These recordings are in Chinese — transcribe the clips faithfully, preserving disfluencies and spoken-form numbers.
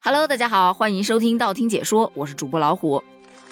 Hello， 大家好，欢迎收听道听解说，我是主播老虎。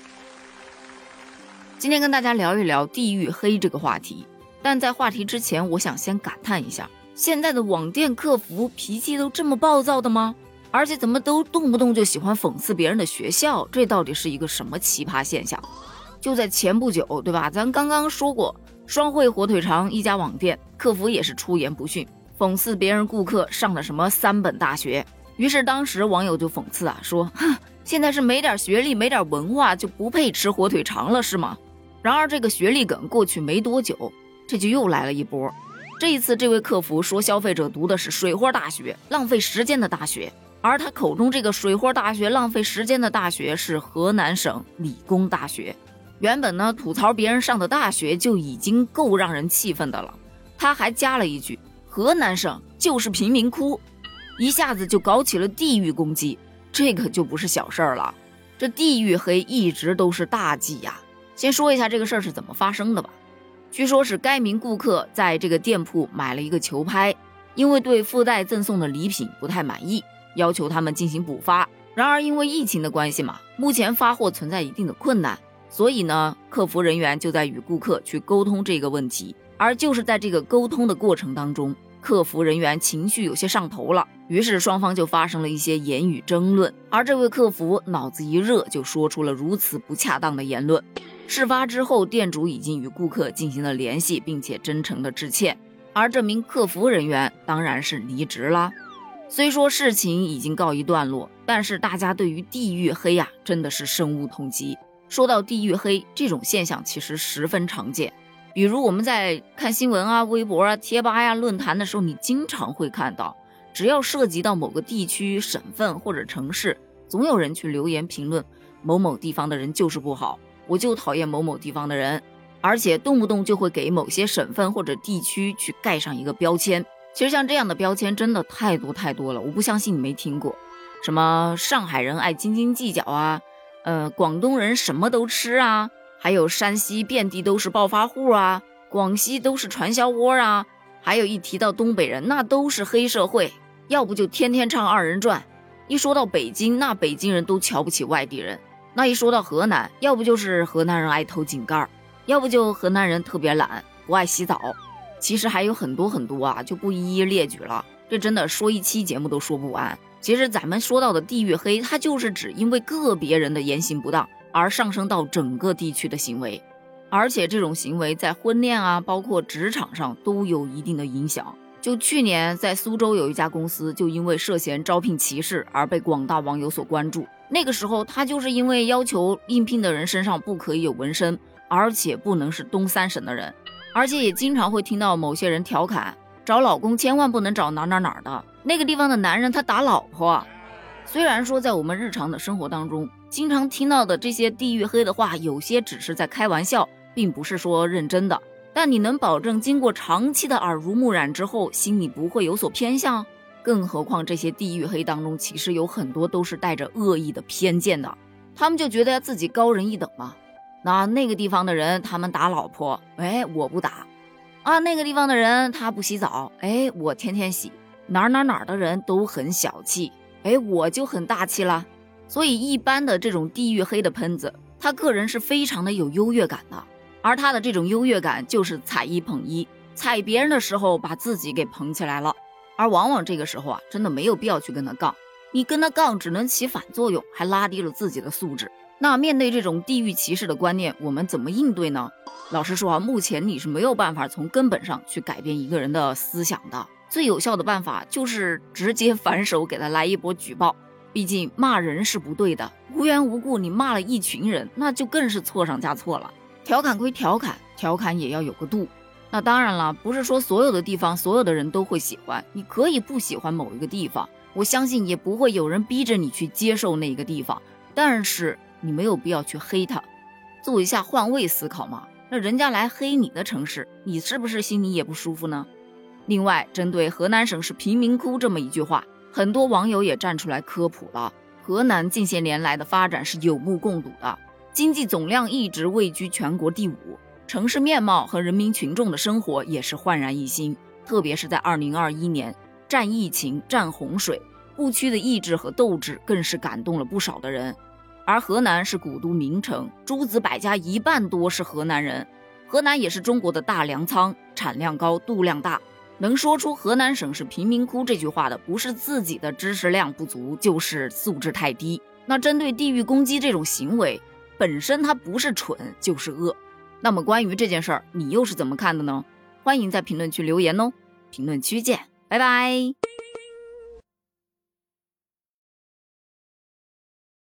今天跟大家聊一聊地域黑这个话题，但在话题之前，我想先感叹一下，现在的网店客服脾气都这么暴躁的吗？而且怎么都动不动就喜欢讽刺别人的学校，这到底是一个什么奇葩现象？就在前不久，对吧？咱刚刚说过，双汇火腿肠一家网店客服也是出言不逊，讽刺别人顾客上了什么三本大学。于是当时网友就讽刺啊，说哼，现在是没点学历没点文化就不配吃火腿肠了是吗？然而这个学历梗过去没多久，这就又来了一波。这一次这位客服说消费者读的是水货大学，浪费时间的大学，而他口中这个水货大学浪费时间的大学是河南省理工大学。原本呢吐槽别人上的大学就已经够让人气愤的了，他还加了一句河南省就是贫民窟，一下子就搞起了地域攻击，这个就不是小事儿了。这地域黑一直都是大忌呀。先说一下这个事儿是怎么发生的吧。据说是该名顾客在这个店铺买了一个球拍，因为对附带赠送的礼品不太满意，要求他们进行补发。然而因为疫情的关系嘛，目前发货存在一定的困难，所以呢，客服人员就在与顾客去沟通这个问题。而就是在这个沟通的过程当中，客服人员情绪有些上头了，于是双方就发生了一些言语争论，而这位客服脑子一热就说出了如此不恰当的言论。事发之后，店主已经与顾客进行了联系，并且真诚的致歉，而这名客服人员当然是离职了。虽说事情已经告一段落，但是大家对于地域黑呀、啊、真的是深恶痛疾。说到地域黑，这种现象其实十分常见，比如我们在看新闻啊、微博啊、贴吧呀、论坛的时候，你经常会看到，只要涉及到某个地区、省份或者城市，总有人去留言评论某某地方的人就是不好，我就讨厌某某地方的人，而且动不动就会给某些省份或者地区去盖上一个标签。其实像这样的标签真的太多太多了，我不相信你没听过，什么上海人爱斤斤计较啊，呃，广东人什么都吃啊，还有山西遍地都是暴发户啊，广西都是传销窝啊，还有一提到东北人那都是黑社会，要不就天天唱二人转。一说到北京，那北京人都瞧不起外地人。那一说到河南，要不就是河南人爱偷井盖，要不就河南人特别懒，不爱洗澡。其实还有很多很多啊，就不一一列举了，这真的说一期节目都说不完。其实咱们说到的地域黑，它就是指因为个别人的言行不当而上升到整个地区的行为，而且这种行为在婚恋啊，包括职场上都有一定的影响。就去年在苏州有一家公司就因为涉嫌招聘歧视而被广大网友所关注，那个时候他就是因为要求应聘的人身上不可以有纹身，而且不能是东三省的人，而且也经常会听到某些人调侃，找老公千万不能找哪哪哪的，那个地方的男人他打老婆。虽然说在我们日常的生活当中经常听到的这些地域黑的话，有些只是在开玩笑，并不是说认真的，但你能保证经过长期的耳濡目染之后，心里不会有所偏向？更何况这些地域黑当中其实有很多都是带着恶意的偏见的，他们就觉得自己高人一等嘛。那那个地方的人他们打老婆，哎，我不打啊。那个地方的人他不洗澡，哎，我天天洗。哪哪哪的人都很小气，哎，我就很大气啦。所以一般的这种地域黑的喷子，他个人是非常的有优越感的，而他的这种优越感就是踩一捧一，踩别人的时候把自己给捧起来了，而往往这个时候啊，真的没有必要去跟他杠，你跟他杠只能起反作用，还拉低了自己的素质。那面对这种地域歧视的观念，我们怎么应对呢？老实说啊，目前你是没有办法从根本上去改变一个人的思想的，最有效的办法就是直接反手给他来一波举报。毕竟骂人是不对的，无缘无故你骂了一群人，那就更是错上加错了。调侃归调侃，调侃也要有个度。那当然了，不是说所有的地方所有的人都会喜欢，你可以不喜欢某一个地方，我相信也不会有人逼着你去接受那个地方，但是你没有必要去黑他，做一下换位思考嘛。那人家来黑你的城市，你是不是心里也不舒服呢？另外，针对河南省是贫民窟这么一句话，很多网友也站出来科普了。河南近些年来的发展是有目共睹的，经济总量一直位居全国第五，城市面貌和人民群众的生活也是焕然一新。特别是在二零二一年，战疫情、战洪水， 不屈的意志和斗志更是感动了不少的人。而河南是古都名城，诸子百家一半多是河南人。河南也是中国的大粮仓，产量高，度量大。能说出河南省是贫民窟这句话的，不是自己的知识量不足，就是素质太低。那针对地域攻击这种行为，本身它不是蠢就是恶。那么关于这件事儿，你又是怎么看的呢？欢迎在评论区留言哦。评论区见，拜拜。